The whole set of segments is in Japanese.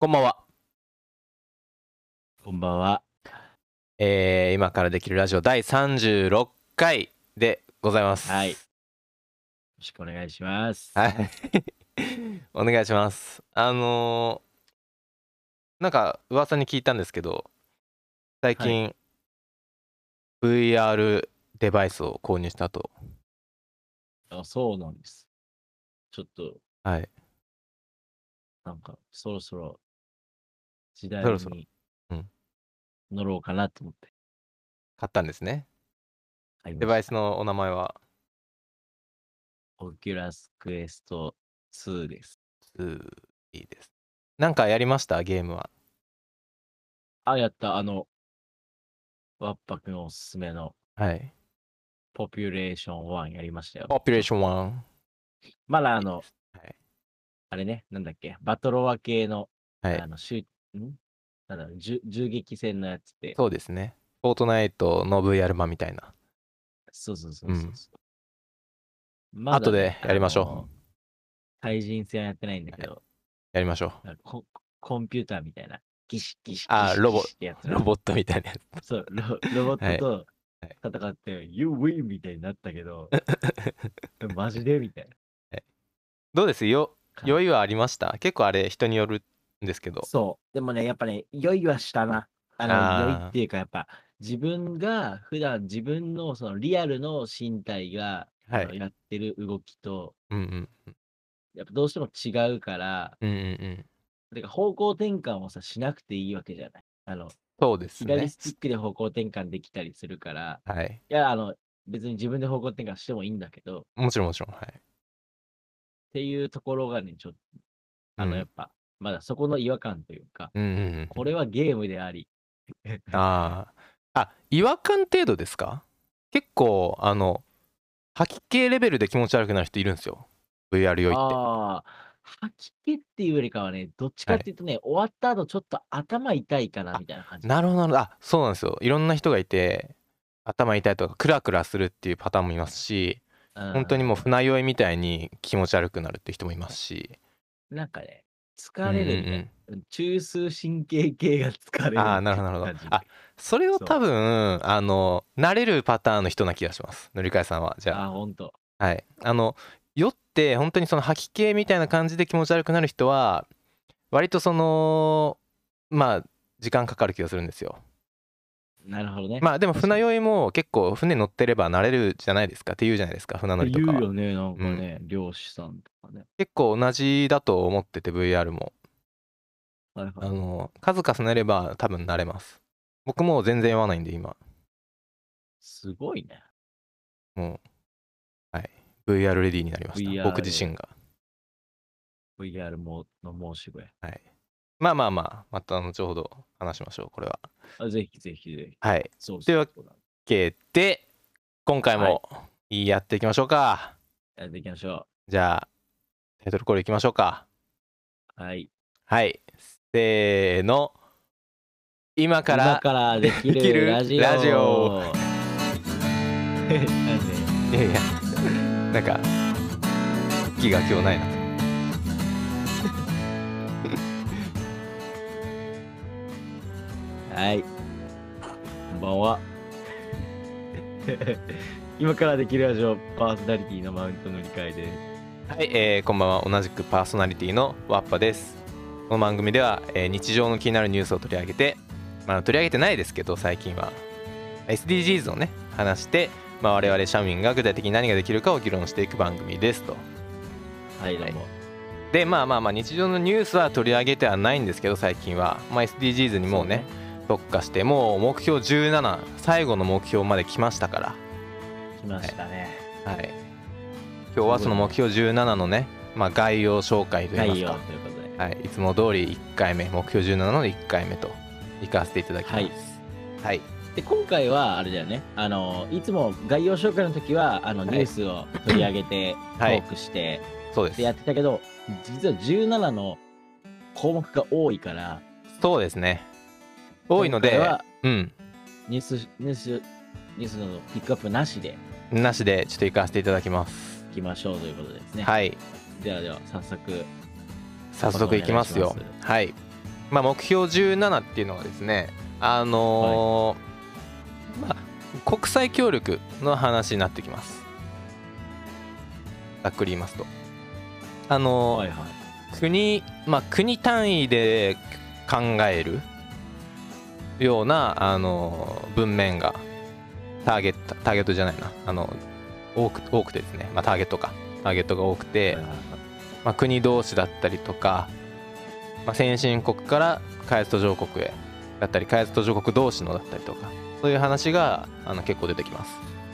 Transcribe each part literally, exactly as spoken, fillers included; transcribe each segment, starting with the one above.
こんばんは。 こんばんは。 えー、今からできるラジオだいさんじゅうろっかいでございます。 はい。よろしくお願いします。 はい。お願いします。あのー、なんか噂に聞いたんですけど、最近、はい、ブイアール デバイスを購入したと。 あ、そうなんです。ちょっと、 はい。 なんか、そろそろ時代そろそろ、 にうん、 乗ろうかなと思って。 買ったんですね。 買いました。 デバイスのお名前はオキュラスクエストツーです。 ツー、いいです。なんかやりましたゲームは。 あ、やった。あの、ワッパくんおすすめの、 はい。 ポピュレーションワンやりましたよ。 ポピュレーションワン。 まだあの、 はい、 あれね、なんだっけ、バトロワ系の、 はい、 あの、シュんなんだろう、銃銃撃戦のやつで。 そうですね。フォートナイトの ブイアール 版みたいな。 そうそうそうそううん。 そう。まだ後でね、 やりましょう。 あの対人戦はやってないんだけど、はい、 やりましょう。 ココンピューターみたいな、ギシギシギあ、ロボ、 シギシってやつら。 ロボットみたいなやつ。 そう、ロロボットとはい。 戦って、You win! みたいになったけど、マジでみたいな。 はい、どうですよ、酔いはありました？結構あれ人によるんですけど。 そう。でもね、やっぱね、酔いはしたな。あの、酔いっていうか、やっぱ、自分が普段自分のそのリアルの身体が、 はい、 あのやってる動きと、 うんうんうん、 やっぱどうしても違うから、 うんうんうん。 てか方向転換をさ、しなくていいわけじゃない。あの、 そうですね。 左スティックで方向転換できたりするから、 はい。 いや、あの、別に自分で方向転換してもいいんだけど、 もちろんもちろん。はい。 っていうところがね、ちょっと、あの、やうん。 っぱ、まだそこの違和感というか、 うんうんうん。 これはゲームであり。 ああ。あ、違和感程度ですか？結構、あの、吐き気レベルで気持ち悪くなる人いるんですよ。ブイアール 酔いって。 ああ、吐き気っていうよりかはね、どっちかはい。 っていうとね、終わった後ちょっと頭痛いかなあ、 みたいな感じ。 なるほどなるほど。あ、そうなんですよ。いろんな人がいて、頭痛いとかクラクラするっていうパターンもいますし、 う本当にもうん。 船酔いみたいに気持ち悪くなるっていう人もいますし。 なんかね、 うんうんう疲れるみたいん。 な。中枢神経系が疲れるああ、 みたいなるほどなるほど。 な感じ。 あ、それを多そう。 分、あの、慣れるパターンの人な気がします。塗り替えさんは。じゃああ、ほんと。 あ。はい。あの、酔って本当にその吐き気みたいな感じで気持ち悪くなる人は、割とその、まあ、時間かかる気がするんですよ。 なるほどね。 まあでも確かに。っ船酔いも結構船乗ってれば慣れるじゃないですかって言うじゃないですか、船乗てりとかは。 言うよね、なんうん。 かね、漁師さんとかね。 結構同じだと思ってて ブイアール も。 はいはい。 あの、数重ねれば多分慣れます。僕もう全然酔わないんで今。 すごいね。 もう、はい。ブイアール レディーになりました。僕自ブイアール、 身が。 ブイアール もの申し子や。 はい。まあまあまあ、また後ほど話しましょう、これは。 あ、ぜひぜひぜひ。 はい。 そうというわそうそう。 けで、今回はい。 もやっていきましょうか。 やっていきましょじゃあ、タイトルコールいきましょうか。 う。はい。 はい。せーの。今か今らからできできるるラジラジオ。 オ。 いやいや、なんか、気が今日ないなと。 はい。こんばんは。今からできるラジオパーソナリティのマウントの理解です。 はい、えー、こんばんは。同じくパーソナリティのワッパです。この番組では、えー、日常の気になるニュースを取り上げて、まあ、取り上げてないですけど最近は エスディージーズ をね話して、まあ、我々社民が具体的に何ができるかを議論していく番組ですと。 はいどうも、 はい、でまあまあまあ日常のニュースは取り上げてはないんですけど最近は、まあ、エスディージーズ にもうね特化してもう目標じゅうなな最後の目標まで来ましたから。 来ましたね。 はい、はい、今日はその目標じゅうななのね、まあ、概要紹介といいますか、 概要ということで、 はい、いつも通りいっかいめ目標じゅうななのいっかいめと行かせていただきます。はい、はい、 で今回はあれだよね、あのいつも概要紹介の時はあのニュースを取り上げてトークして、はい、 そうですでやってたけど実はじゅうななの項目が多いから。 そうですね、多いのでうんニュースニュースニュースのピックアップなしでなしでちょっと行かせていただきます。 行きましょうということですね。 はい、 ではでは早速早速いきますよ。はい、 まあ、目標じゅうななっていうのがですね、あのーまあ、国際協力の話になってきます。ざっくり言いますと、あのーはいはい。 国、まあ、国単位で考えるような、あのー文面がターゲットターゲットじゃないな、あの多く多くてですね、まあ、ターゲットかターゲットが多くて、 はいはいはい。 まあ、国同士だったりとか、まあ、先進国から開発途上国へだったり、開発途上国同士のだったりとか、そういう話があの結構出てきます。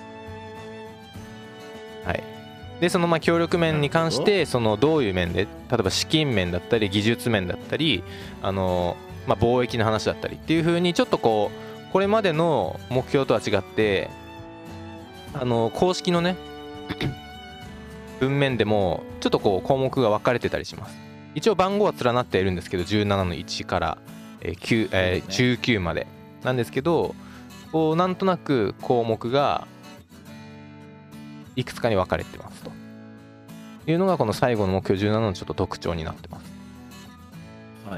はい。でそのまあ協力面に関して、そのどういう面で、例えば資金面だったり技術面だったり、あの、まあ、貿易の話だったりっていう風に、ちょっとこうこれまでの目標とは違って、あの公式のね文面でもちょっとこう項目が分かれてたりします。一応番号は連なっているんですけど、じゅうななのいちからきゅう、えー、じゅうきゅうまでなんですけど、こうなんとなく項目がいくつかに分かれてますというのが、この最後の目標じゅうななのちょっと特徴になってます。 はい。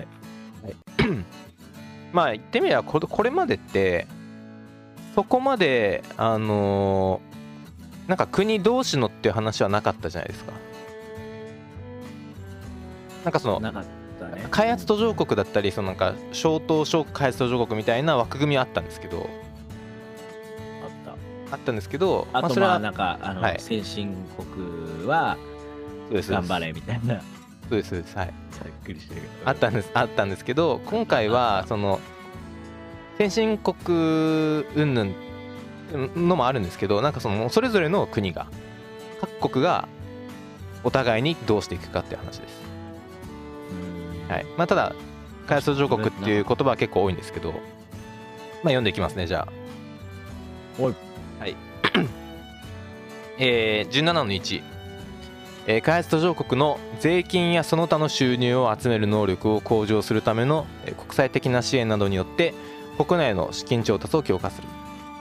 まあ言ってみればこれ、これまでってそこまであのーなんか国同士のっていう話はなかったじゃないですか。なんかそのなかったね。 開発途上国だったり、そのなんか小東小開発途上国みたいな枠組みはあったんですけど、 あっあったんですけど、 た。あとそれはまあなんかあの、 はい先進国はそうです頑張れみたいな。 そうですそうです、はい、 ざっくりしてるけど。 あったんですあったんですけど、今回はその先進国云々のもあるんですけど、なんかそのそれぞれの国が各国がお互いにどうしていくかっていう話です。 うんはい。まあただ開発途上国っていう言葉は結構多いんですけど、まあ読んでいきますね、じゃあ。 はい。 はいえー、じゅうななのいち、えー開発途上国の税金やその他の収入を集める能力を向上するためのえー国際的な支援などによって国内の資金調達を強化する。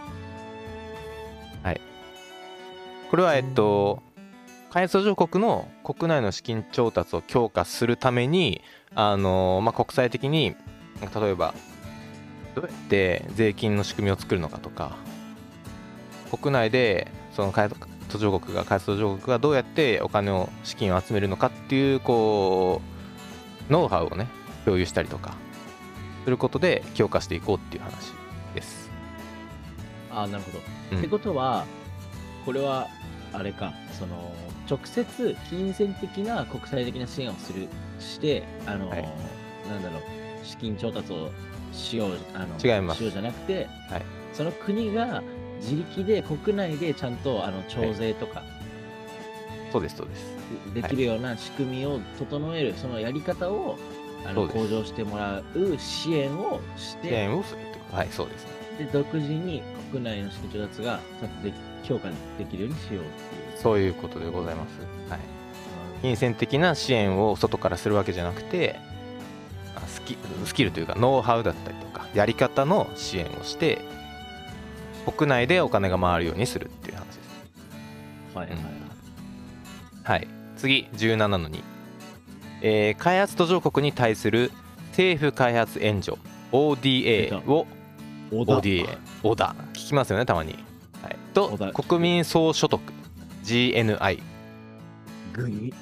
はい。これはえっと開発途上国の国内の資金調達を強化するために、あのーまあ、国際的に例えばどうやって税金の仕組みを作るのかとか、国内でその開発途上国が開発途上国がどうやってお金を資金を集めるのかっていうこうノウハウをね共有したりとかすることで強化していこうっていう話です。 ああ、なるほど。 うんってことは、これはあれか、その直接金銭的な国際的な支援をするしてあの、 はいなんだろう、資金調達をしようあの違いますしようじゃなくて、 はいその国が自力で国内でちゃんとあの徴税とかそうですそうですできるような仕組みを整える、そのやり方をあのそうです向上してもらう支援をして支援をするってこと、はいそうですね。 で独自に国内の資金調達がちゃんとで強化できるようにしようっていう。 そういうことでございます。はい。金銭的な支援を外からするわけじゃなくて、あスキスキルというかノウハウだったりとかやり方の支援をして国内でお金が回るようにするっていう話です。 はいはいはい。 はい。次じゅうななのに、えー開発途上国に対する政府開発援助 オーディーエー をオーダーオーディーエー オーダー聞きますよねたまに、はい、とオーダー国民総所得 ジーエヌアイグイ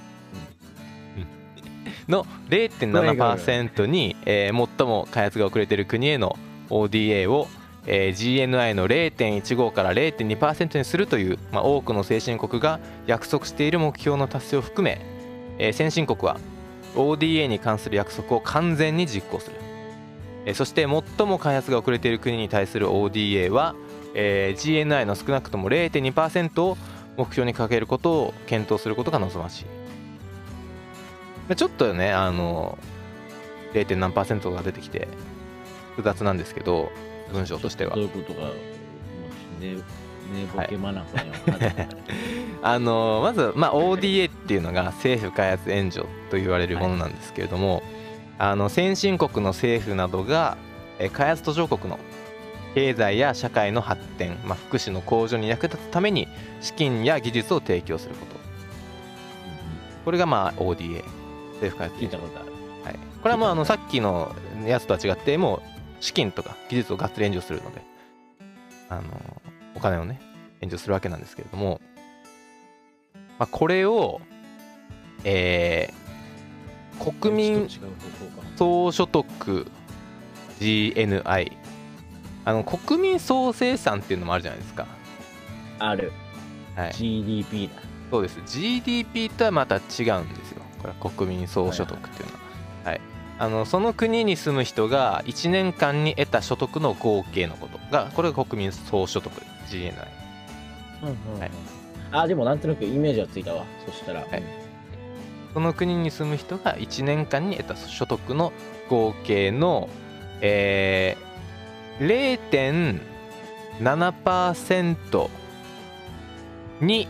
の ゼロてんななパーセント に、えー最も開発が遅れている国への オーディーエー を、えー ジーエヌアイ の ゼロてんいちご から ゼロてんにパーセント にするという、まあ、多くの先進国が約束している目標の達成を含め、えー先進国は オーディーエー に関する約束を完全に実行する、えーそして最も開発が遅れている国に対する オーディーエー は、えー ジーエヌアイ の少なくとも ゼロてんにパーセント を目標に掲げることを検討することが望ましい。まあちょっとねあの ゼロ. 点何パーセントが出てきて複雑なんですけど、文章としてはどういうことか、もうね、ねぼけまなこには分かんない。 あのまず、まあ、オーディーエー っていうのが政府開発援助と言われるものなんですけれども、あの先進国の政府などがえ開発途上国の経済や社会の発展、まあ、福祉の向上に役立つために資金や技術を提供すること、これがまあ オーディーエー 政府開発聞い援助たことある。 はい、これはもうあのさっきのやつとは違ってもう資金とか技術をがっつり援助するので、あのお金をね援助するわけなんですけれども、まあ、これを、えー、国民総所得 ジーエヌアイ、 あの国民総生産っていうのもあるじゃないですか。 ある、 はい、 ジーディーピー だ。 そうです。 ジーディーピー とはまた違うんですよ。これは国民総所得っていうのは、はいはい、あのその国に住む人がいちねんかんに得た所得の合計のことが、これが国民総所得 ジーエヌアイ、 うんうんうん、 はい、 あ、でもなんとなくイメージはついたわ。そしたら、はい、 その国に住む人がいちねんかんに得た所得の合計の、えー、れいてんななパーセント に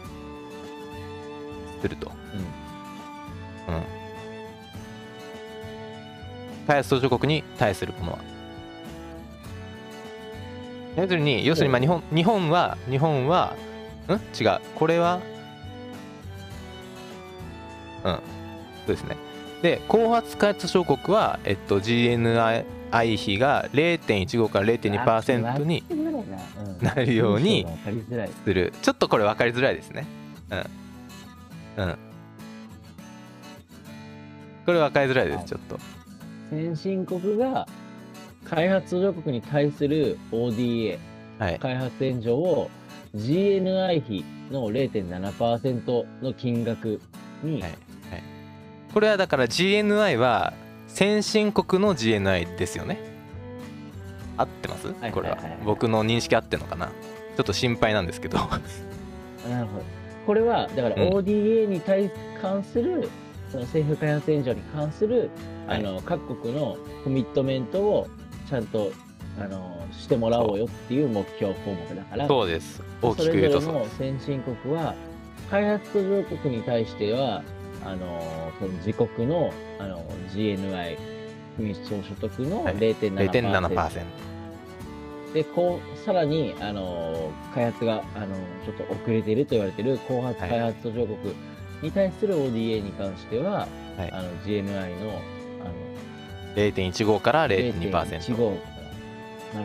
すると、うんうん、開発途上国に対するものは要するに要するにまあ日本日本は日本はん違うこれはうんそうですね。で後発開発途上国は、えっと、ジーエヌアイ 比が れいてんいちご から れいてんにパーセント になるようにする。ちょっとこれ分かりづらいですね。うんうんこれ分かりづらいです、はい、ちょっと先進国が開発途上国に対する オーディーエー、はい、開発援助を ジーエヌアイ 比の れいてんななパーセント の金額に、はいはい、 これはだから ジーエヌアイ は先進国の ジーエヌアイ ですよね。合ってます、はいはいはいはい、これは僕の認識合ってるのかな、ちょっと心配なんですけどなるほど。これはだから オーディーエー に対関する、うん、その政府開発援助に関する、はい、あの各国のコミットメントをちゃんとあのしてもらおうよっていう目標項目だから、 そうです。大きく言うとそうです。 それぞれの先進国は開発途上国に対してはあのその自国のあの ジーエヌアイ 国民総所得の れいてんななパーセント、でこうさらにあの開発があのちょっと遅れていると言われている後発開発途上国に対する オーディーエー に関しては、はい、あの ジーエヌアイ の, あのれいてんいちご から れいてんにパーセントれいてんいちごなる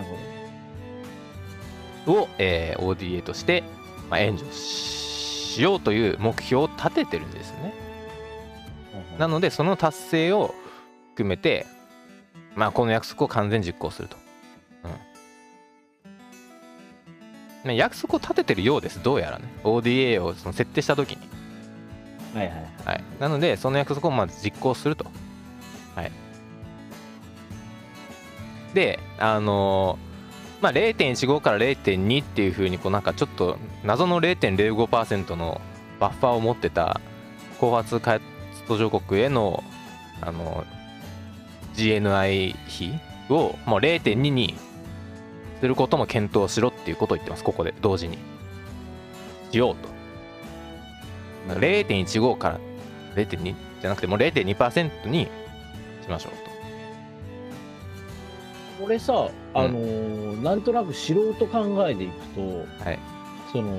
ほどを、えー、オーディーエー として、まあ、援助しようという目標を立ててるんですね。うん、なのでその達成を含めて、まあ、この約束を完全実行すると、うん、約束を立ててるようです。どうやらね オーディーエー をその設定した時に、 はいはいはいはい、 なのでその約束をまず実行すると、はい、であのー、まあ れいてんいちご から れいてんに っていう風にこうなんかちょっと謎の れいてんぜろごパーセント のバッファーを持ってた後発開発途上国へのあの ジーエヌアイ 比をもう れいてんに にすることも検討しろっていうことを言ってます。ここで同時にしようと。れいてんいちご から れいてんに じゃなくてもう れいてんにパーセント にしましょうと。これさ、あのーうん、なんとなく素人考えでいくと、はい、その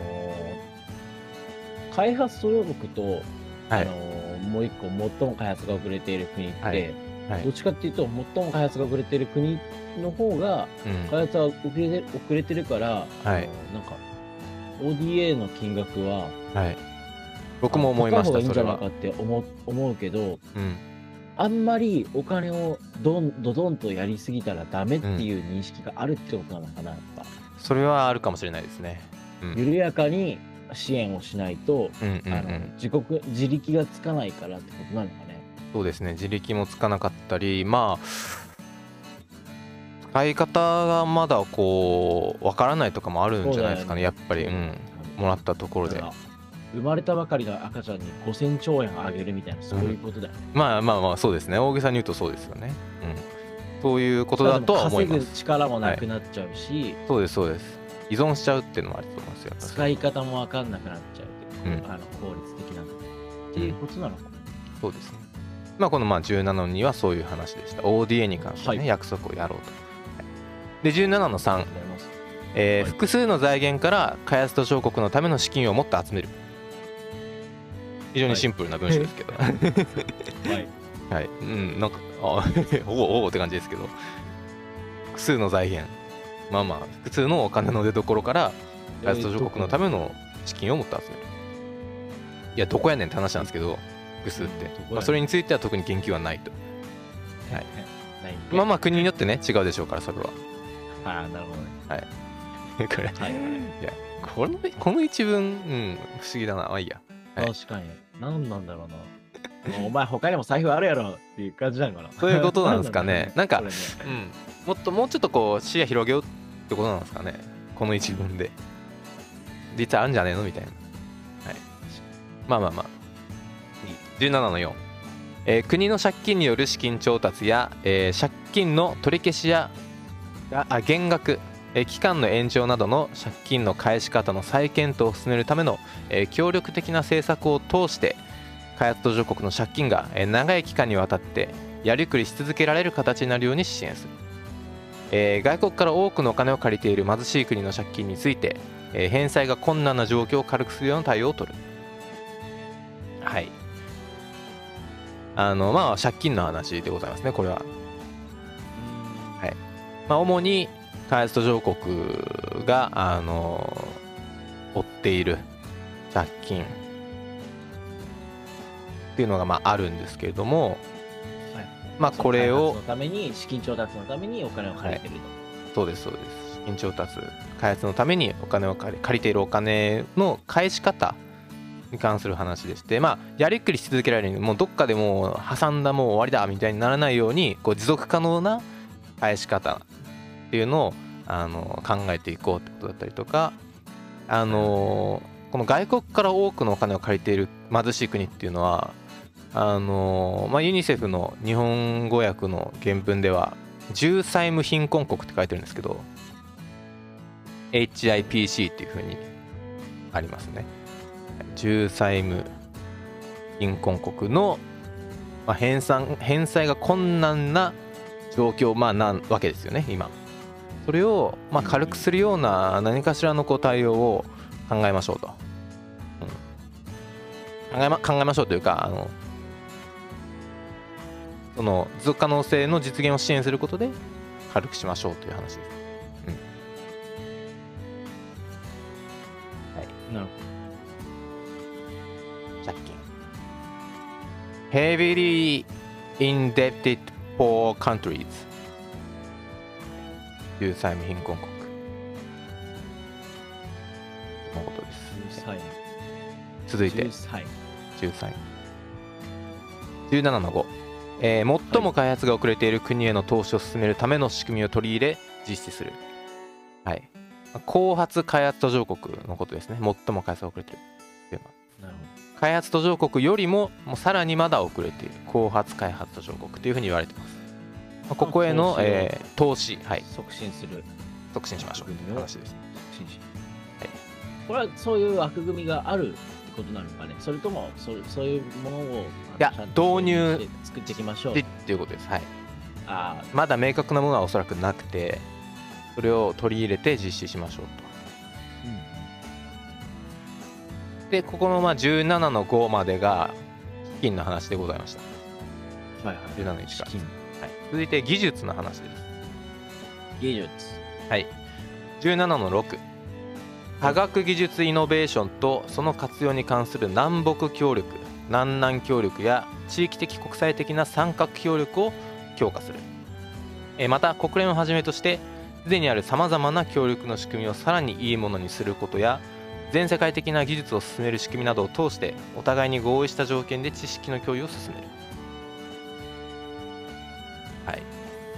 開発途上国と、はい、あのー、もう一個最も開発が遅れている国って、はいはい、どっちかっていうと最も開発が遅れている国の方が開発は遅れて、うん、遅れてるから、はい、あのなんか オーディーエー の金額は、はい、 僕も思いました。 高い方がいいんじゃないかって思う、思うけど、うん、あんまりお金をどんどどんとやりすぎたらダメっていう認識があるってことなのかな、やっぱ。 それはあるかもしれないですね。 うん、緩やかに支援をしないと、うんうんうん、あの自国自力がつかないからってことなのかね。 そうですね。自力もつかなかったり、まあ使い方がまだこうわからないとかもあるんじゃないですかね。やっぱり、うん、もらったところで。 生まれたばかりの赤ちゃんにごせんちょうえんあげるみたいな、そういうことだよね。 うん、まあまあまあそうですね。大げさに言うとそうですよね。うん、そういうことだとは思います。 稼ぐ力もなくなっちゃうし、はい、 そうですそうです。依存しちゃうっていうのもあると思いますよ。 使い方も分かんなくなっちゃうっていう、うん、あの効率的なっていうことなのかな、うん、 そうですね。まあこのまあじゅうななのにはそういう話でした。オーディーエー に関してね、はい、約束をやろうと。でじゅうななのさん、えーはい、複数の財源から開発途上国のための資金をもっと集める。非常にシンプルな文章ですけど、はいはい、 はい、うん、なんか、あおおおって感じですけど、複数の財源、まあまあ、複数のお金の出所から、開発途上国のための資金をもっと集める。いや、どこやねんって話なんですけど、複数って。まあ、それについては特に言及はないと。はい。まあまあ、国によってね、違うでしょうから、それは。 ああ、なるほどね。 はい。これ、はい、いや、この、この一文、うん、不思議だな。まあいいや。 はい、確かに。何なんだろうな。お前他にも財布あるやろっていう感じなのかな。 そういうことなんですかね。なんか、ね、うん、もっともうちょっとこう視野広げようってことなんですかね。この一文で。実はあるんじゃねえのみたいな。はい。まあまあまあ。じゅうななのよん、えー、国の借金による資金調達や、えー、借金の取り消しやあ減額、えー、期間の延長などの借金の返し方の再検討を進めるための、えー、協力的な政策を通して開発途上国の借金が、えー、長い期間にわたってやりくりし続けられる形になるように支援する、えー、外国から多くのお金を借りている貧しい国の借金について、えー、返済が困難な状況を軽くするような対応を取る。はい。あのまあ借金の話でございますね、これは。はい。まあ主に開発途上国があの負っている借金っていうのがまああるんですけれども、はい、まあこれを開発のために資金調達のためにお金を借りてると、はい、 そうですそうです。資金調達、開発のためにお金を借り借りているお金の返し方に関する話でして、まあやりっくりし続けられるように、もうどっかでもう挟んだもう終わりだみたいにならないように、こう持続可能な返し方っていうのをあの考えていこうってことだったりとか、あのこの外国から多くのお金を借りている貧しい国っていうのは、あのまあユニセフの日本語訳の原文では重債務貧困国って書いてるんですけど、 エイチアイピーシー っていうふうにありますね。重債務貧困国の、まあ、返済返済が困難な状況、まあ、なわけですよね今。それを、まあ、軽くするような何かしらのこう対応を考えましょうと、うん、考えま、考えましょうというか、あのその持続可能性の実現を支援することで軽くしましょうという話です。うん、はい、なるほど。借金 Heavily indebted poor countries、 重債務貧困国のことです。続いてじゅうさいじゅうななのご、えー、最も開発が遅れている国への投資を進めるための仕組みを取り入れ実施する。はい。後発開発途上国のことですね。最も開発が遅れているっていうのは。なるほど。開発途上国よりももうさらにまだ遅れている後発開発途上国というふうに言われています。まあ、ここへの、えー、投資、はい、 促進する。 促進しましょうという話です。 促進し、はい、これはそういう枠組みがあるってことなのかね。それともそそういうものをいや導入作っていきましょうっていうことです。はい。 あまだ明確なものはおそらくなくて、それを取り入れて実施しましょうと。でここのまあじゅうななのごまでが資金の話でございました。はいはい。じゅうななのいちから。はい。続いて技術の話です。 技術。 はい。じゅうななのろく。科学技術イノベーションとその活用に関する南北協力、南南協力や地域的国際的な参画協力を強化する。えまた国連をはじめとしてすでにあるさまざまな協力の仕組みをさらにいいものにすることや、全世界的な技術を進める仕組みなどを通してお互いに合意した条件で知識の共有を進める。はい。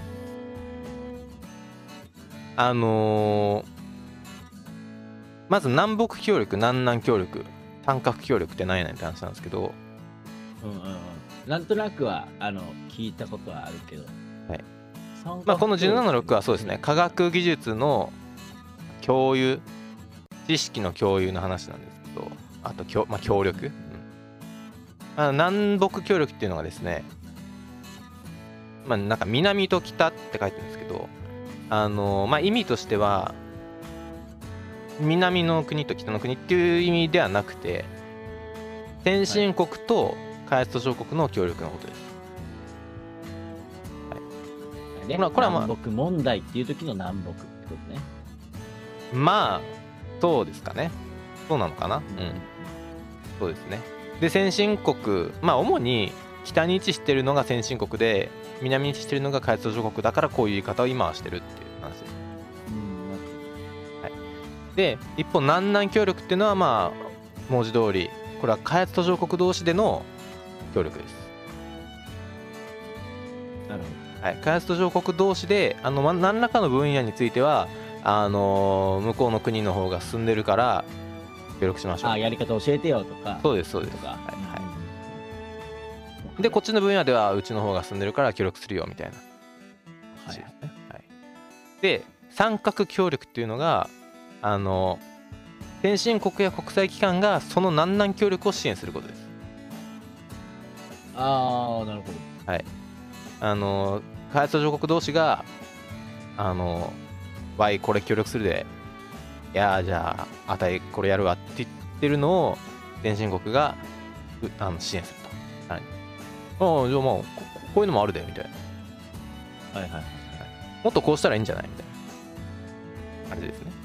あのー、まず南北協力、南南協力、三角協力って何やねんって話なんですけど、 うんうんうん、なんとなくはあの聞いたことはあるけど、 はい。まあこのじゅうななのろくはそうですね、科学技術の共有、知識の共有の話なんですけど、あと協、まあ、協力、うん、あ南北協力っていうのがですね、まあ、なんか南と北って書いてるんですけど、あのまあ、意味としては南の国と北の国っていう意味ではなくて、先進国と開発途上国の協力のことです。 で、 まあこれはまあ南北問題っていう時の南北ってことね。 まあそうですかね。そうなのかな。うん、そうですね。で先進国、まあ主に北に位置してるのが先進国で、南に位置してるのが開発途上国だから、こういう言い方を今はしてるっていう話です。はい、で一方南南協力っていうのは、まあ文字通りこれは開発途上国同士での協力です。 なるほど。 はい、開発途上国同士であの何らかの分野についてはあのー向こうの国の方が進んでるから協力しましょう。 あ、やり方教えてよとか。 そうですそうです。 とか。 はいはい。でこっちの分野ではうちの方が進んでるから協力するよみたいな話ですね。はい、で三角協力っていうのがあの先進国や国際機関がその南南協力を支援することです。 ああ、なるほど。 はい。あの開発途上国同士があのわいこれ協力するで、いやじゃああたいこれやるわって言ってるのを先進国があの支援すると。はい、ああじゃあまあ こ, こういうのもあるでみたいな。 はいはいはい。 もっとこうしたらいいんじゃないみたいな感じですね。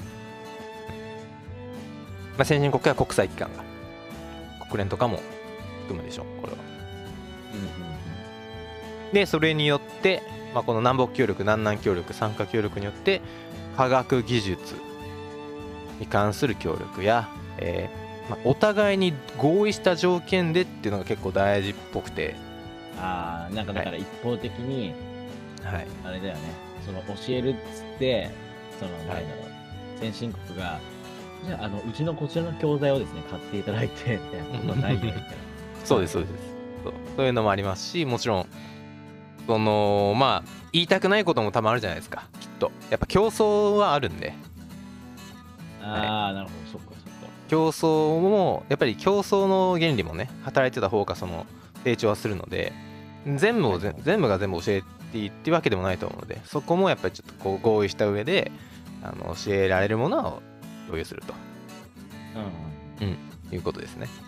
まあ、先進国や国際機関が国連とかも含むでしょうこれは。 うんうんうん、 でそれによって、まあ、この南北協力南南協力三角協力によって科学技術に関する協力や、えーまあ、お互いに合意した条件でっていうのが結構大事っぽくて、 ああ、なんかだから一方的に、 はい、 あれだよね、その教えるっつってそのはい何だろう、先進国がじゃあ、あのうちのこちらの教材をですね買っていただいてみたいなことはないよみたいな。 そうですそうです。そう、そういうのもありますし、もちろんそのまあ言いたくないことも多分あるじゃないですか、きっと。やっぱ競争はあるんで。 ああ、なるほど、そっかそっか。 競争もやっぱり競争の原理もね働いてた方がその成長はするので、全部をぜ全部が全部教えていいっていうわけでもないと思うので、そこもやっぱりちょっとこう合意した上であの教えられるものを共有すると、 うん、 うん、いうことですね。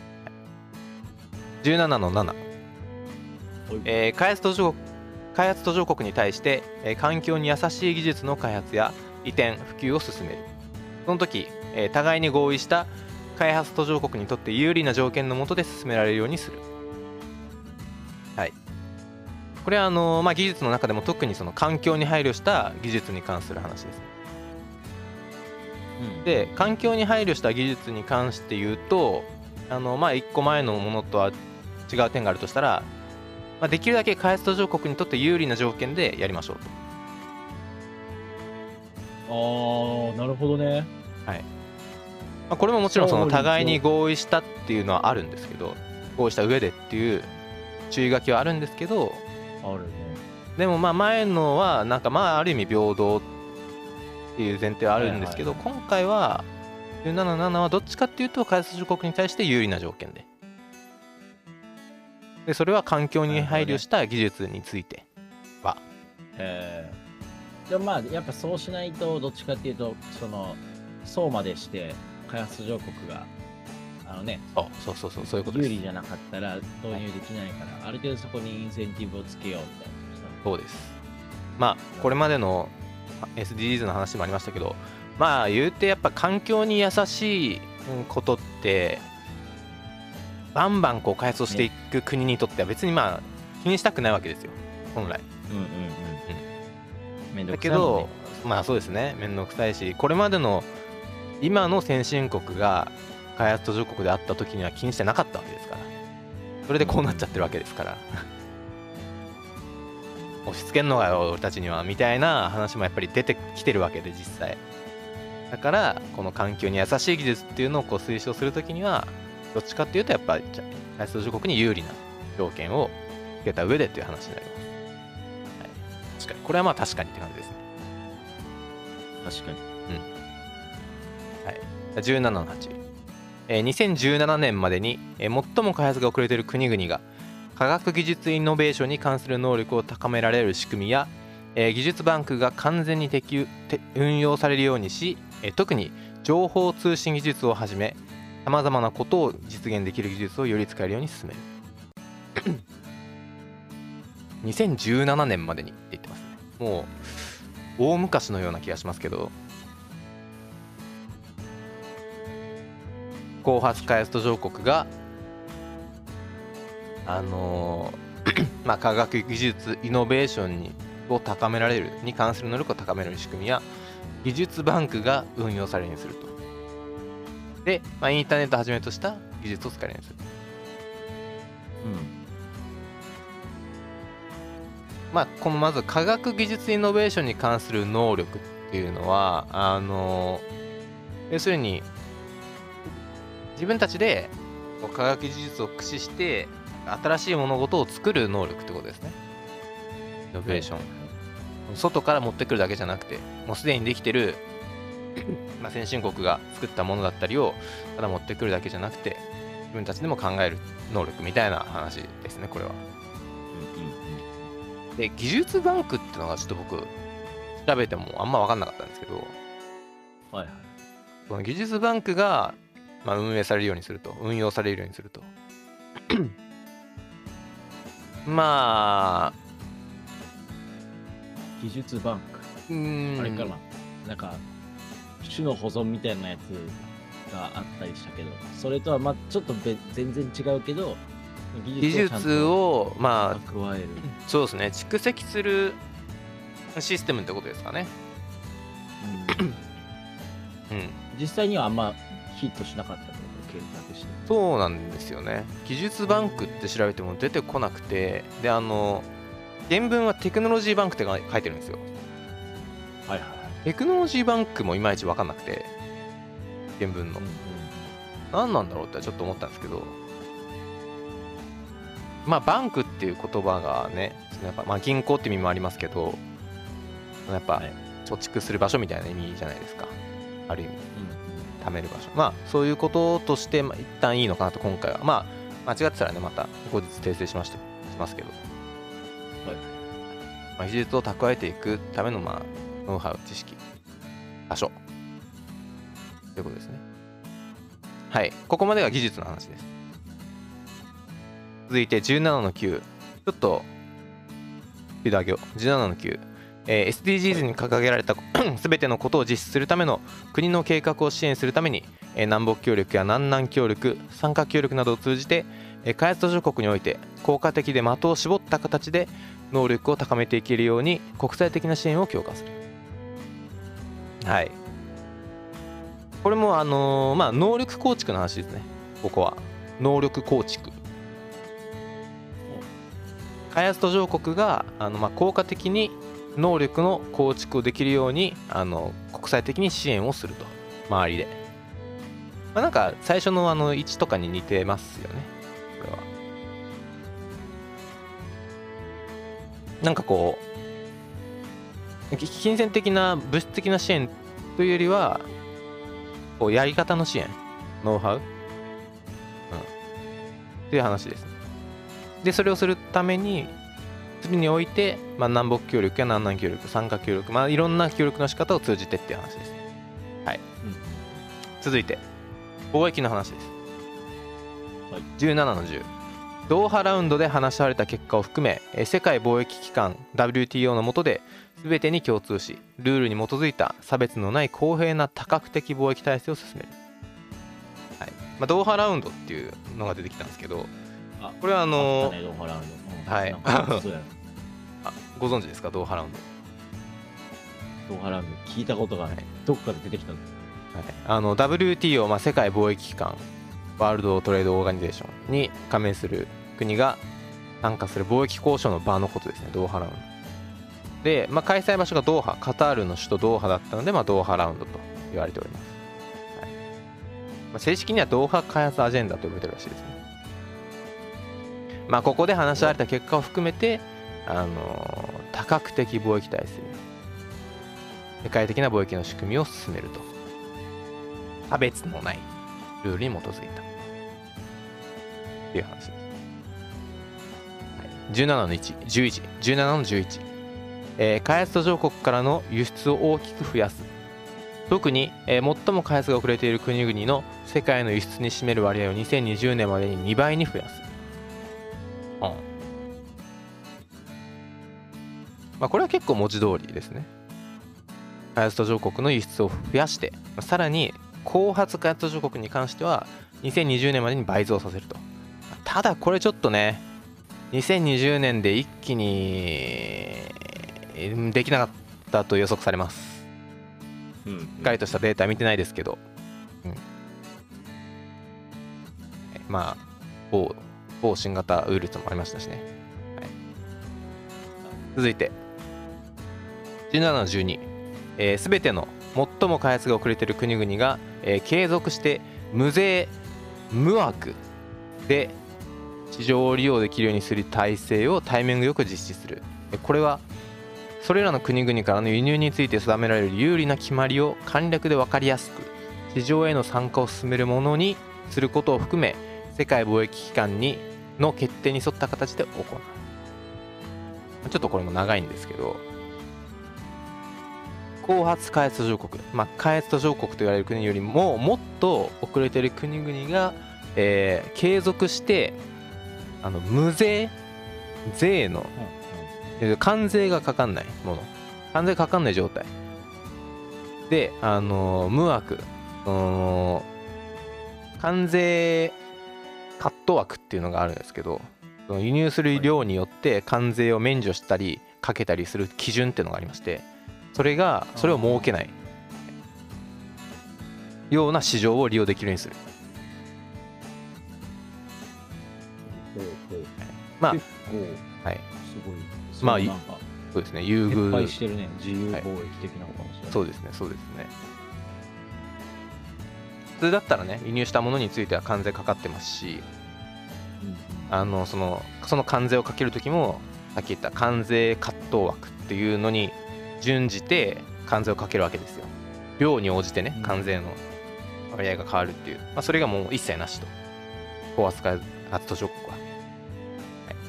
じゅうななのなな、えー、開発途上開発途上国に対して、えー環境に優しい技術の開発や移転普及を進める。その時、えー互いに合意した開発途上国にとって有利な条件の下で進められるようにする。はい、これはあのーまあ、技術の中でも特にその環境に配慮した技術に関する話です。 うん、 で環境に配慮した技術に関して言うと、あのまあいっこまえのものとは違う点があるとしたら、まあ、できるだけ開発途上国にとって有利な条件でやりましょうと。 ああ、なるほどね。 はい、まあ、これももちろんその互いに合意したっていうのはあるんですけど、合意した上でっていう注意書きはあるんですけど、 あるね。 でもまあ前のはなんかまあある意味平等っていう前提はあるんですけど、 はいはいはい、 今回はじゅうななのななはどっちかっていうと開発途上国に対して有利な条件で、でそれは環境に配慮した技術については、 えー、でもまあやっぱそうしないと、どっちかっていうとそのそうまでして開発途上国があのね、 そうそうそうそうそういうことです。 有利じゃなかったら導入できないから、はい、ある程度そこにインセンティブをつけようみたいな。 そうです。まあこれまでの エスディージーズ の話もありましたけど、まあ言うてやっぱ環境に優しいことってバンバンこう開発をしていく国にとっては別にまあ気にしたくないわけですよ本来。 うんうんうん。めんどだくさいもんね。 けどまあそうですね、めんどくさいし、これまでの今の先進国が開発途上国であった時には気にしてなかったわけですから、それでこうなっちゃってるわけですから、押し付けんのがよ俺たちにはみたいな話もやっぱり出てきてるわけで実際。だからこの環境に優しい技術っていうのをこう推奨するときにはどっちかっていうとやっぱり開発途上国に有利な条件をつけた上でっていう話になります。はい、確かにこれはまあ確かにって感じですね。 確かに。 うん。はい。じゅうななのはち、えー、にせんじゅうななねんまでに、えー、最も開発が遅れている国々が科学技術イノベーションに関する能力を高められる仕組みや、えー、技術バンクが完全に適運用されるようにし、えー、特に情報通信技術をはじめさまざまなことを実現できる技術をより使えるように進める。にせんじゅうななねんまでにって言ってますね。 もう大昔のような気がしますけど、後発開発途上国があのーまあ科学技術イノベーションにを高められるに関する能力を高められる仕組みや技術バンクが運用されるようにすると。で、まあ、インターネットをはじめとした技術を使えるようにする。 うんまあ、このまず科学技術イノベーションに関する能力っていうのはあの要するに自分たちでこう科学技術を駆使して新しい物事を作る能力ってことですね。イノベーション、外から持ってくるだけじゃなくて、もうすでにできてるまあ先進国が作ったものだったりをただ持ってくるだけじゃなくて、自分たちでも考える能力みたいな話ですね、これは。で、技術バンクっていうのがちょっと僕調べてもあんま分かんなかったんですけど、 はいはい。 この技術バンクが、まあ、運営されるようにすると、運用されるようにするとまあ技術バンク。 うーんあれかな。なんか、種の保存みたいなやつがあったりしたけど、それとはまあちょっとべ全然違うけど、 技術をまあ加える。 そうですね、蓄積するシステムってことですかね。 うん、 うん、 実際にはあんまヒットしなかったので検索して。 そうなんですよね。技術バンクって調べても出てこなくて、であの原文はテクノロジーバンクって書いてるんですよ。 はいはい。 テクノロジーバンクもいまいち分かんなくて、原文の、うんうん、何なんだろうってちょっと思ったんですけど、まあバンクっていう言葉がね、やっぱまあ銀行って意味もありますけど、やっぱ貯蓄する場所みたいな意味じゃないですか、ある意味、うん、貯める場所。まあそういうこととして、まあ、一旦いいのかなと。今回はまあ間違ってたらね、また後日訂正しましてしますけど、はい、まあ、技術を蓄えていくためのまあノウハウ、知識、場所ということですね。はい、ここまでが技術の話です。続いてじゅうななのきゅう、ちょっとスピード上げよう。じゅうななのきゅう、えー、エスディージーズ に掲げられたすべてのことを実施するための国の計画を支援するために、えー、南北協力や南南協力、参加協力などを通じて、えー、開発途上国において効果的で的を絞った形で能力を高めていけるように国際的な支援を強化する。はい、これもあのー、まあ能力構築の話ですね。ここは能力構築、開発途上国があのまあ効果的に能力の構築をできるようにあの国際的に支援をすると、周りで、まあ、なんか最初のあのいちとかに似てますよね、これは。なんかこう金銭的な物質的な支援というよりは、こうやり方の支援、ノウハウ、うん、っていう話ですね。でそれをするためにするにおいて、まあ、南北協力や南南協力、参加協力、まあ、いろんな協力の仕方を通じてっていう話です。はい、うん、続いて貿易の話です。はい、じゅうななのじゅう、ドーハラウンドで話し合われた結果を含め、世界貿易機関 ダブリューティーオー の下で全てに共通し、ルールに基づいた差別のない公平な多角的貿易体制を進める。はい、まあ、ドーハラウンドっていうのが出てきたんですけど、あ、これはあのー、 ドーハラウンド、うん、 はいあ、ご存知ですか、ドーハラウンド。 ドーハラウンド聞いたことがない、どっから出てきたんですか。 はい、あの ダブリューティーオー、まあ、世界貿易機関、ワールドトレードオーガニゼーションに加盟する国が参加する貿易交渉の場のことですね、ドーハラウンドで、まあ、開催場所がドーハ、カタールの首都ドーハだったので、まあ、ドーハラウンドと言われております。はい、まあ、正式にはドーハ開発アジェンダと呼ばれてるらしいですね。まあ、ここで話し合われた結果を含めて、あのー、多角的貿易体制、世界的な貿易の仕組みを進めると、差別のないルールに基づいたっていう話です。はい、じゅうななのいち、じゅういち、じゅうななのじゅういち、えー、開発途上国からの輸出を大きく増やす。特に、えー、最も開発が遅れている国々の世界の輸出に占める割合をにせんにじゅうねんまでににばいに増やす。うん、 まあ、これは結構文字通りですね。開発途上国の輸出を増やして、さらに後発開発途上国に関してはにせんにじゅうねんまでに倍増させると。ただこれちょっとね、にせんにじゅうねんで一気にできなかったと予測されます。 うんうん、 しっかりとしたデータ見てないですけど、うん、まあ某某新型ウイルスもありましたしね。はい、続いてじゅうななのじゅうに、えー、全ての最も開発が遅れている国々が、えー、継続して無税無枠で市場を利用できるようにする体制をタイミングよく実施する。これはそれらの国々からの輸入について定められる有利な決まりを簡略で分かりやすく市場への参加を進めるものにすることを含め、世界貿易機関にの決定に沿った形で行う。ちょっとこれも長いんですけど、後発開発途上国、まあ、開発途上国と言われる国よりももっと遅れている国々が、えー、継続してあの無税税の、うんうん、関税がかかんないもの、関税かかんない状態で、あのー、無枠、関税カット枠っていうのがあるんですけど、その輸入する量によって関税を免除したりかけたりする基準っていうのがありまして、それがそれを設けないような市場を利用できるようにする。まあ、はい、 すごい。 まあ、そうですね、優遇。 撤廃してるね、自由貿易的なのかもしれない。 そうですね、そうですね。普通だったらね、輸入したものについては関税かかってますし、うん、あのそのその関税をかけるときも、さっき言った関税カット枠っていうのに準じて関税をかけるわけですよ。量に応じてね、関税の割合が変わるっていう、まあ、それがもう一切なしと、後発開発途上国は。はい、なる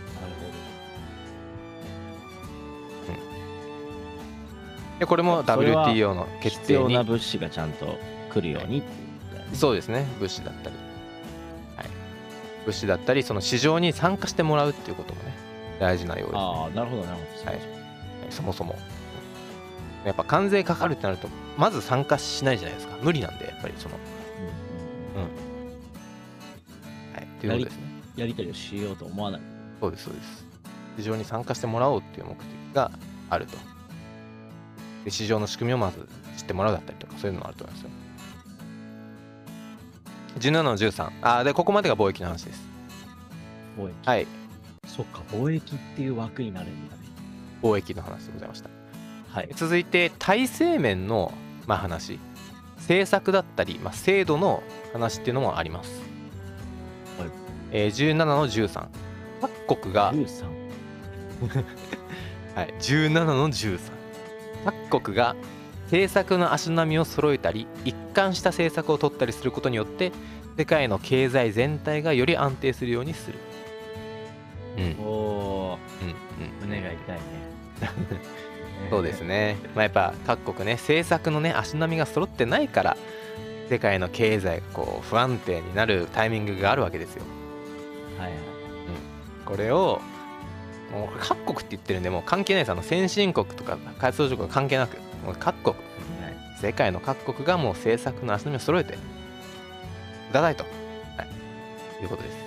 ほど。うん、でこれも ダブリューティーオー の決定に必要な物資がちゃんと来るようにっていうことだよね。 そうですね、物資だったり、はい、物資だったり、その市場に参加してもらうっていうこともね、大事なようです、ね。 ああ、なるほどなるほど。 はい、そもそもやっぱ関税かかるってなるとまず参加しないじゃないですか。無理なんで、やっぱりそのうん、うん、はい、っていうことですね。 やり取りをしようと思わない。 そうですそうです。市場に参加してもらおうっていう目的があると。で市場の仕組みをまず知ってもらうだったりとか、そういうのもあると思いますよ。じゅうななのじゅうさん、あでここまでが貿易の話です。 貿易、 はい、 そっか、貿易っていう枠になるんだね。 貿易の話でございました。 はい、 続いて体制面の、まあ、話、政策だったり、まあ、制度の話っていうのもあります。はい、えー、じゅうななのじゅうさん、各国がじゅうさんはい、じゅうななのじゅうさん、各国が政策の足並みを揃えたり一貫した政策を取ったりすることによって世界の経済全体がより安定するようにする。 うん、おお、うんうん、胸が痛いね。 そうですね、まあ、やっぱ各国ね、政策のね足並みが揃ってないから世界の経済がこう不安定になるタイミングがあるわけですよ。 はいはい、うん、 これをもう各国って言ってるんで、もう関係ないです。あの先進国とか開発途上国関係なく、もう各国、はい、世界の各国がもう政策の足並みを揃えてくださいと、はい、いうことです。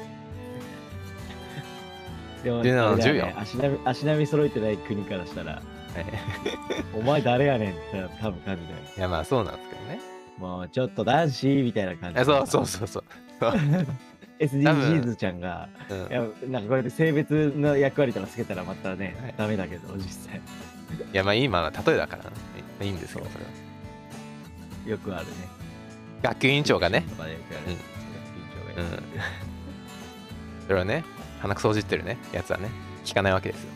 でもじゅうななのじゅうよん、足並み足並み揃えてない国からしたらお前誰やねんって多分感じだよ。 いやまあそうなんですけどね。 もうちょっと男子みたいな感じ。 そうそうそうそう。 エスディージーズ ちゃんが、うん、いやなんかこうやって性別の役割とかつけたらまたね、はい、ダメだけど実際。いやまあ今は例えだから、ね、いいんですよそれは。 よくあるね。 学級委員長がね。 うん、学級委員長が、うん、 それはね、鼻くそをじってるねやつはね聞かないわけですよ。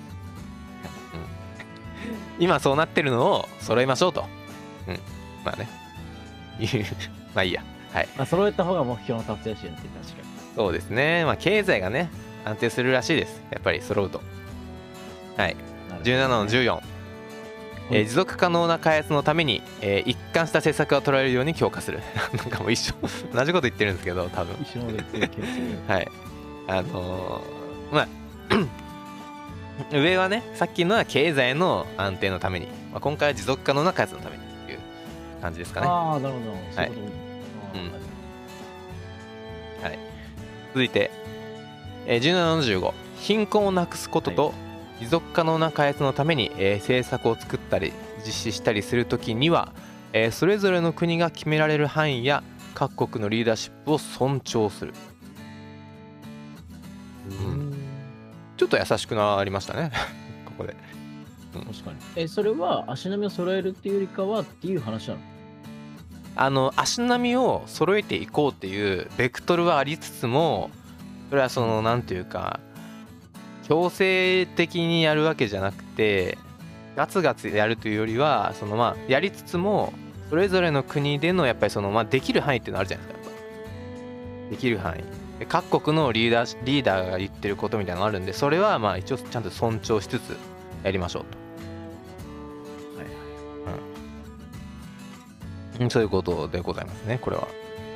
うん、今そうなってるのを揃えましょうと。うん、まあね。まあいいや。はい。 まあ揃えた方が目標の達成しやすい。確かに。 そうですね。まあ経済がね安定するらしいです。やっぱり揃うと。はい。じゅうななのじゅうよん、えー、持続可能な開発のために、えー、一貫した政策が取られるように強化する。なんかもう一緒同じこと言ってるんですけど多分。 一緒の言ってる気がする。 はい。あのー、まあ上はね、さっきのは経済の安定のために、まあ、今回は持続可能な開発のためにっていう感じですかね。 ああ、なるほど。そういうこと。 はい。続いて、えー、じゅうななのじゅうご、貧困をなくすことと持続可能な開発のために、えー、政策を作ったり実施したりするときには、えー、それぞれの国が決められる範囲や各国のリーダーシップを尊重する。うん、ちょっと優しくなりましたねここで、 うん、確かに。え、それは足並みを揃えるっていうよりかはっていう話なの？ あの足並みを揃えていこうっていうベクトルはありつつも、それはそのなんていうか強制的にやるわけじゃなくて、ガツガツやるというよりは、そのまあやりつつもそれぞれの国でのやっぱりそのまあできる範囲っていうのあるじゃないですか。できる範囲で各国のリーダーリーダーが言ってることみたいなのがあるんで、それはまあ一応ちゃんと尊重しつつやりましょうと。はいはい、うん、そういうことでございますね。これは、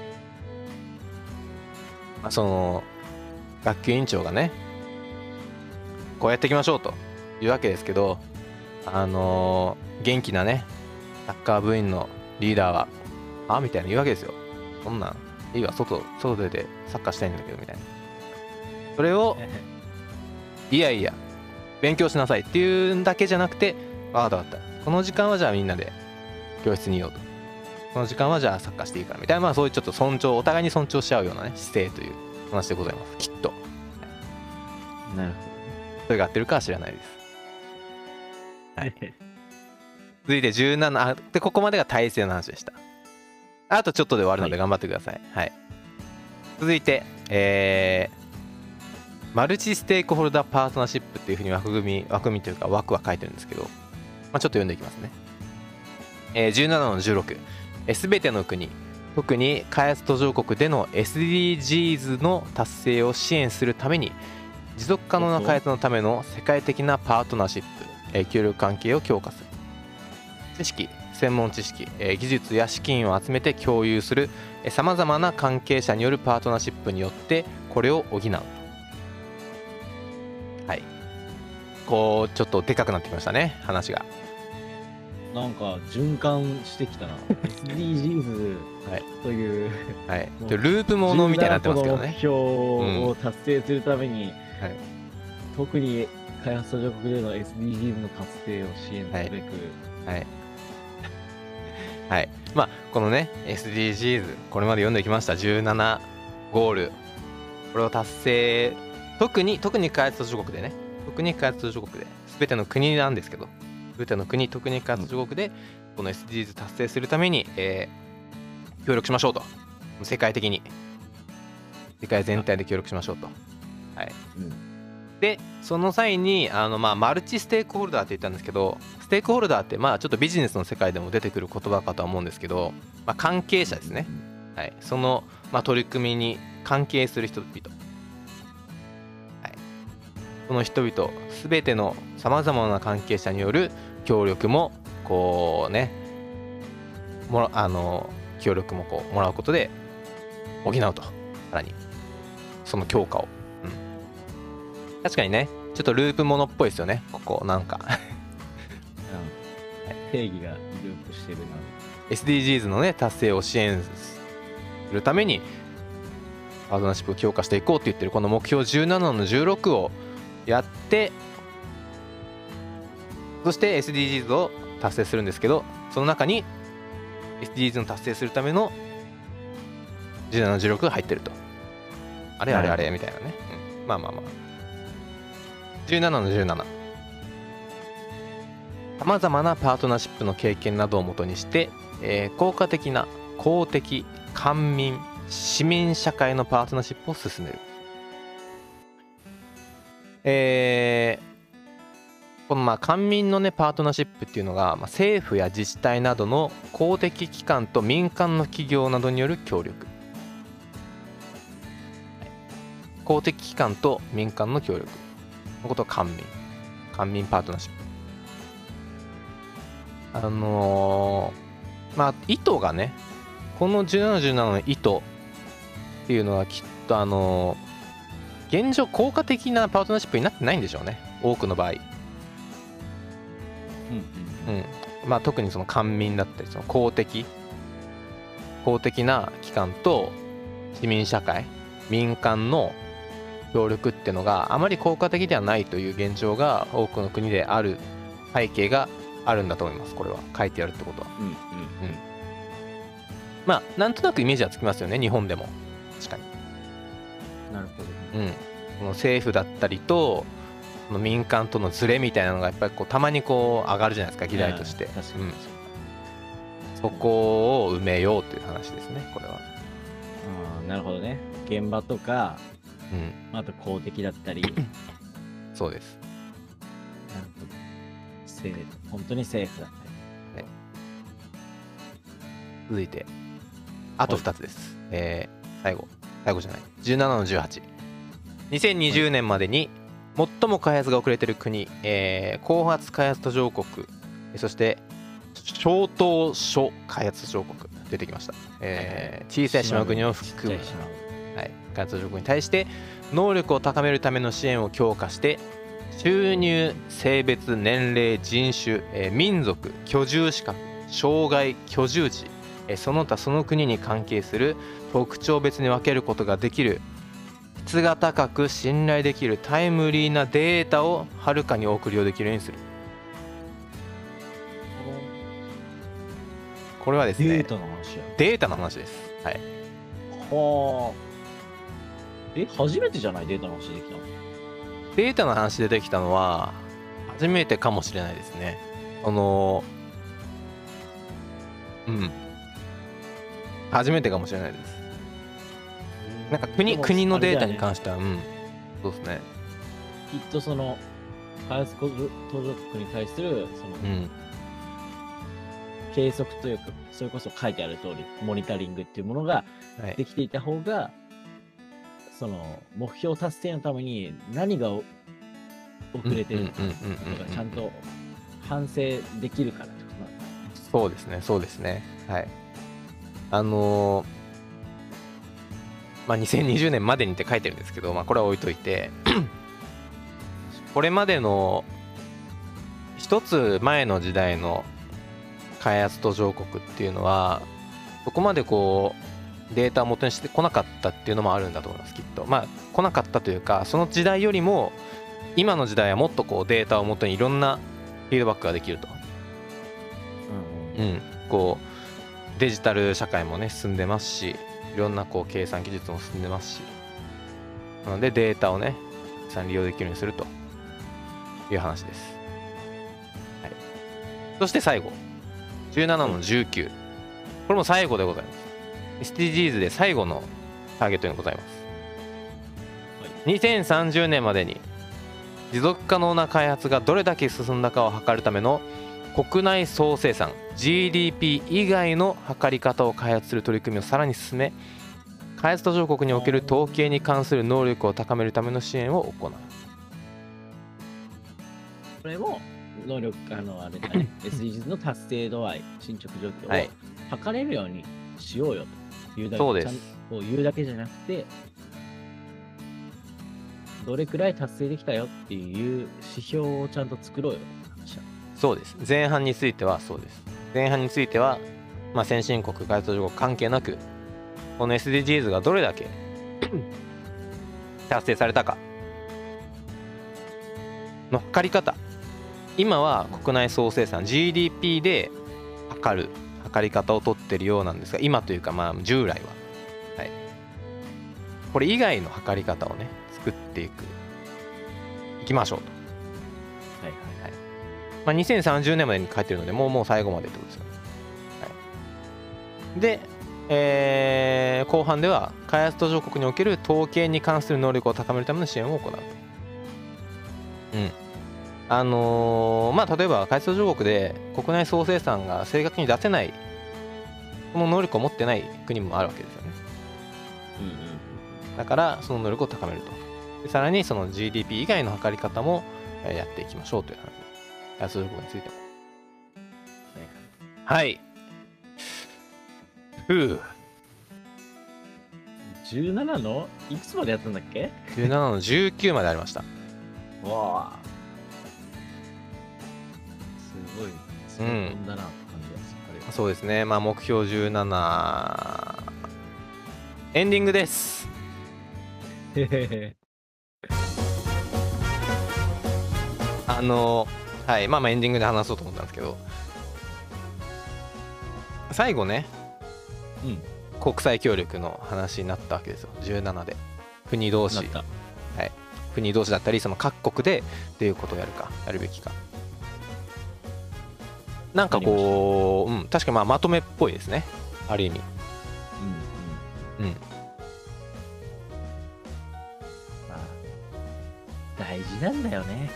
まあ、その学級委員長がねこうやっていきましょうというわけですけど、あのー、元気なねサッカー部員のリーダーはあみたいな言うわけですよ。そんなんいいわ、外外でサッカーしたいんだけどみたいな。それをいやいや勉強しなさいっていうんだけじゃなくて、ああだったこの時間はじゃあみんなで教室にいようと、この時間はじゃあサッカーしていいからみたいな、まあそういうちょっと尊重、お互いに尊重し合うようなね姿勢という話でございます、きっと。 なるほど。 それが合ってるかは知らないです。はい。続いてじゅうなな、あでここまでが体制の話でした。あとちょっとで終わるので頑張ってください。はい、はい、続いて、えー、マルチステークホルダーパートナーシップっていうふうに枠組み枠組みというか枠は書いてるんですけど、まあ、ちょっと読んでいきますね。えー、じゅうななのじゅうろく、すべての国、特に開発途上国での エスディージーズ の達成を支援するために持続可能な開発のための世界的なパートナーシップ、えー、協力関係を強化する。知識、専門知識、えー、技術や資金を集めて共有するさまざまな関係者によるパートナーシップによってこれを補う。はい、こうちょっとでかくなってきましたね、話が。 なんか循環してきたなエスディージーズという、 はい、はい、ループものみたいになってますけどね。 目標を達成するために、うん、はい、特に開発途上国での エスディージーズ の達成を支援すべく、 はい、はいはい、まあこのね エスディージーズ これまで読んできましたじゅうななゴール、これを達成、特に特に開発途上国でね、特に開発途上国で全ての国なんですけど、全ての国、特に開発途上国でこの エスディージーズ 達成するために、えー、協力しましょうと。世界的に世界全体で協力しましょうと。はい、うん、でその際にあの、まあ、マルチステークホルダーって言ったんですけど、ステークホルダーってまあちょっとビジネスの世界でも出てくる言葉かとは思うんですけど、まあ、関係者ですね。はい、その、まあ、取り組みに関係する人々、はい、その人々全てのさまざまな関係者による協力もこうねもらあの協力もこうもらうことで補うと、さらにその強化を、うん、確かにねちょっとループものっぽいですよね、ここなんか定義がループしてるな。 エスディージーズ のね達成を支援するためにパートナーシップを強化していこうって言ってるこの目標じゅうななのじゅうろくをやって、そして エスディージーズ を達成するんですけど、その中に エスディージーズ の達成するためのじゅうななのじゅうろくが入ってると。あれあれあれみたいなね、うん、まあまあまあじゅうななのじゅうなな、さまざまなパートナーシップの経験などをもとにして、えー、効果的な公的、官民、市民社会のパートナーシップを進める。えー、このまあ官民のねパートナーシップっていうのが、まあ、政府や自治体などの公的機関と民間の企業などによる協力。公的機関と民間の協力のことを官民、官民パートナーシップ。あのー、まあ意図がね、このじゅうなな、じゅうななの意図っていうのはきっとあのー、現状効果的なパートナーシップになってないんでしょうね。 多くの場合、 うんうん、まあ特にその官民だったりその公的公的な機関と市民社会民間の協力っていうのがあまり効果的ではないという現状が多くの国である背景があるんだと思います。これは書いてあるってことは、 うんうんうん、 まあなんとなくイメージはつきますよね、日本でも。確かに。 なるほど、 うん、この政府だったりとこの民間とのズレみたいなのがやっぱりこうたまにこう上がるじゃないですか、議題として。 確かに、 うん、そこを埋めようという話ですね、これは。 ああ、なるほどね。現場とか、 うん、 あと公的だったり。 そうです。 なるほど。政本当に政府だったり。 はい、続いてあとふたつです。えー、最後最後じゃないじゅうななのじゅうはち。にせんにじゅうねんまでに最も開発が遅れている国、えー、後発開発途上国、そして小島諸開発途上国出てきました。えー、小さい島国を含む、はい、開発途上国に対して能力を高めるための支援を強化して収入、性別、年齢、人種、えー、民族、居住資格、障害、居住地、えー、その他その国に関係する特徴別に分けることができる質が高く信頼できるタイムリーなデータをはるかに多く利用できるようにする。これはですね、 データの話や。 データの話です。はい。 はあ。え、初めてじゃないデータの話できたの？ データの話でできたのは初めてかもしれないですね。あのうん初めてかもしれないです。なんか国国のデータに関しては、うん、そうですね。 きっとその開発途上国に対するその、 うん、 計測というか、それこそ書いてある通りモニタリングっていうものができていた方が、はい、その目標達成のために何が遅れてるのかちゃんと反省できるからってことなんだ。 そうですね、そうですね。はい。あのー、まあにせんにじゅうねんまでにって書いてるんですけど、まあこれは置いといてこれまでの一つ前の時代の開発途上国っていうのはそこまでこうデータを元にしてこなかったっていうのもあるんだと思います、きっと。まあ来なかったというか、その時代よりも今の時代はもっとこうデータを元にいろんなフィードバックができると、うん、うん、こうデジタル社会もね進んでますし、いろんなこう計算技術も進んでますし、なのでデータをねたくさん利用できるようにするという話です。はい、そして最後じゅうななのじゅうきゅう、これも最後でございます。 エスディージーズ で最後のターゲットにございます。はい、にせんさんじゅうねんまでに持続可能な開発がどれだけ進んだかを測るための国内総生産 ジーディーピー 以外の測り方を開発する取り組みをさらに進め、開発途上国における統計に関する能力を高めるための支援を行う。 これも能力、あのあれだねエスディージーズ の達成度合い、進捗状況を測れるようにしようよというだけ、 そうです。 ちゃんと言うだけじゃなくて、どれくらい達成できたよっていう指標をちゃんと作ろうよって話だ。 そうです。前半についてはそうです。前半については、まあ、先進国、開発途上国関係なく、この エスディージーズ がどれだけ達成されたかの測り方。今は国内総生産 ジーディーピー で測る測り方を取ってるようなんですが、今というかまあ従来は、はい、これ以外の測り方をね作っていくいきましょうと。はいはいはい。まあにせんさんじゅうねんまでに書いてるので、もうもう最後までってことですよね。はい、で、えー、後半では開発途上国における統計に関する能力を高めるための支援を行うと。うん。あのー、まあ例えば開発途上国で国内総生産が正確に出せない、この能力を持ってない国もあるわけですよね。うんうん。だからその能力を高めると。でさらにその ジーディーピー 以外の測り方もやっていきましょうという話です。開発途上国についても。はい。ふう。 じゅうななのいくつまでやったんだっけ？ じゅうななのじゅうきゅうまでありました。 わあ。 ごいすごいんだなって感じがする、 うん、そうですね。まあ目標じゅうななエンディングです。あのはいまあまあエンディングで話そうと思ったんですけど、最後ね、うん、国際協力の話になったわけですよ。じゅうななで国同士、はい、国同士だったりその各国でどういうことをやるかやるべきか、なんかこう、うん、確かまあまとめっぽいですね、ある意味。うんうんうん。 まあ大事なんだよね。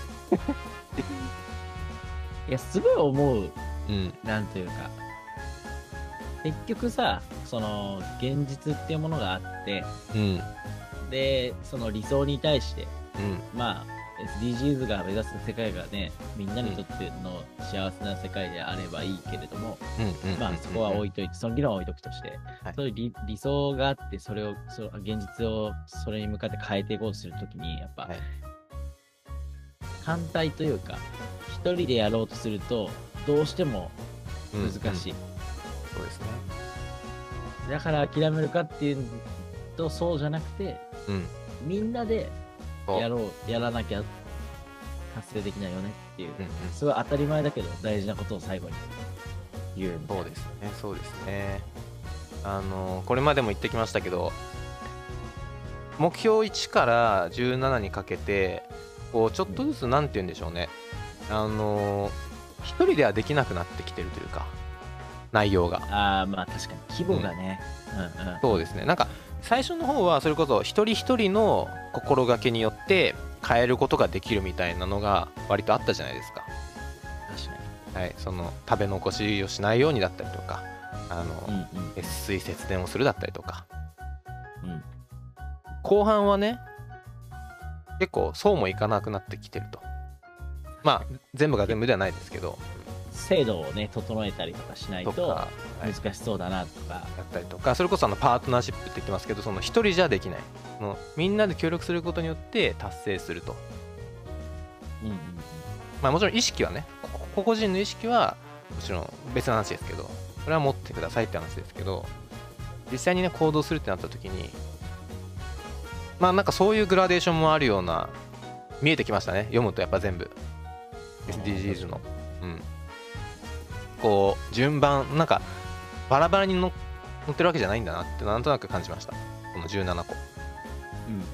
いやすごい思う、うん、なんというか結局さ、その現実っていうものがあって、うん、でその理想に対して、うん、まあ エスディージーズ が目指す世界がね、みんなにとっての幸せな世界であればいいけれども、まあそこは置いといて、その議論は置いとくとして、はい、そういう 理, 理想があって、それをそ現実をそれに向かって変えていこうとするときに、やっぱ、はい、反対というか、一人でやろうとするとどうしても難しい。うんうん、 そうですね。 だから諦めるかっていうとそうじゃなくて、うん、みんなでやろうやらなきゃ達成できないよねっていう、うんうん、すごい当たり前だけど大事なことを最後に言う。 そうですね、そうですね。あのこれまでも言ってきましたけど、目標いちからじゅうななにかけてこうちょっとずつなんて言うんでしょうね、あの一人ではできなくなってきてるというか、内容が。 ああまあ確かに規模がね、 うんうんうん、そうですね。なんか最初の方はそれこそ一人一人の心がけによって変えることができるみたいなのが割とあったじゃないですか。 確かに、はい、その食べ残しをしないようにだったりとか、あの、うんうん、越水節電をするだったりとか、うん、後半はね結構そうもいかなくなってきてると。まあ全部が全部ではないですけど、 制度をね整えたりとかしないと難しそうだなとか、 はい、やったりとか、それこそあのパートナーシップって言ってますけど、その一人じゃできない、そのみんなで協力することによって達成すると。うんうんうん、まあもちろん意識はね、個々人の意識はもちろん別の話ですけど、それは持ってくださいって話ですけど、実際にね行動するってなった時に、まあなんかそういうグラデーションもあるような見えてきましたね、読むとやっぱ全部 エスディージーズ の、うん、こう順番なんかバラバラにの載ってるわけじゃないんだなってなんとなく感じました、このじゅうななこ。うんうんうん、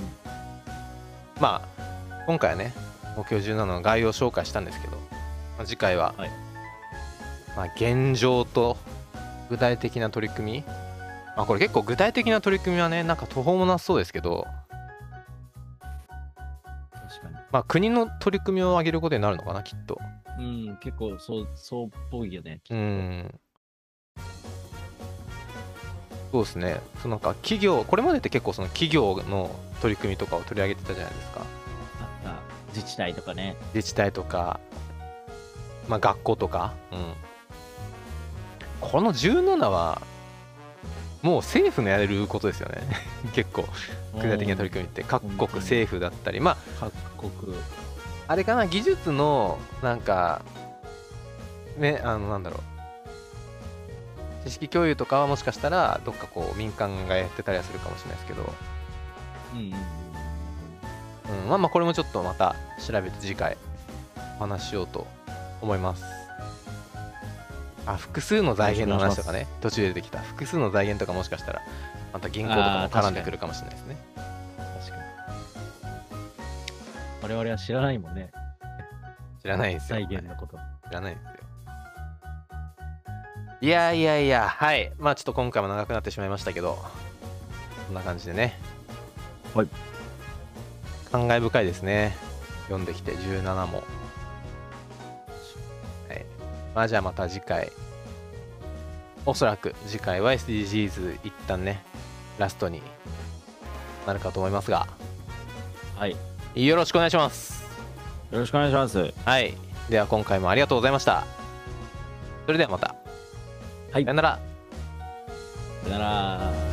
まあ今回はね目標じゅうななの概要を紹介したんですけど、まあ、次回は、はい、まあ現状と具体的な取り組み、まあこれ結構具体的な取り組みはねなんか途方もなそうですけど、 確かにまあ国の取り組みを上げることになるのかなきっと。 うん、結構そうそうっぽいよね。 うん。そうですね。そのなんか企業、これまでって結構その企業の取り組みとかを取り上げてたじゃないですか。 あった自治体とかね。 自治体とか、まあ学校とか。うん。このじゅうななはもう政府のやれることですよね。結構具体的な取り組みって各国政府だったり、まあ各国。 あれかな、技術のなんかね、あのなんだろう、知識共有とかはもしかしたらどっかこう民間がやってたりはするかもしれないですけど、うんうんうん、まあまあこれもちょっとまた調べて次回お話ししようと思います。あ、複数の財源の話とかね、途中で出てきた複数の財源とかもしかしたらまた銀行とかも絡んでくるかもしれないですね。 確かに我々は知らないもんね。 知らないですよ。 財源のこと。 知らないですよ。いやいやいや、はい。まあちょっと今回も長くなってしまいましたけど、こんな感じでね。 はい。 感慨深いですね。読んできてじゅうななも。はい。まあじゃあまた次回。おそらく次回は エスディージーズ 一旦ね、ラストになるかと思いますが。 はい。 よろしくお願いします。 よろしくお願いします。 はい。では今回もありがとうございました。それではまた。 はい。 さよなら。 さよなら。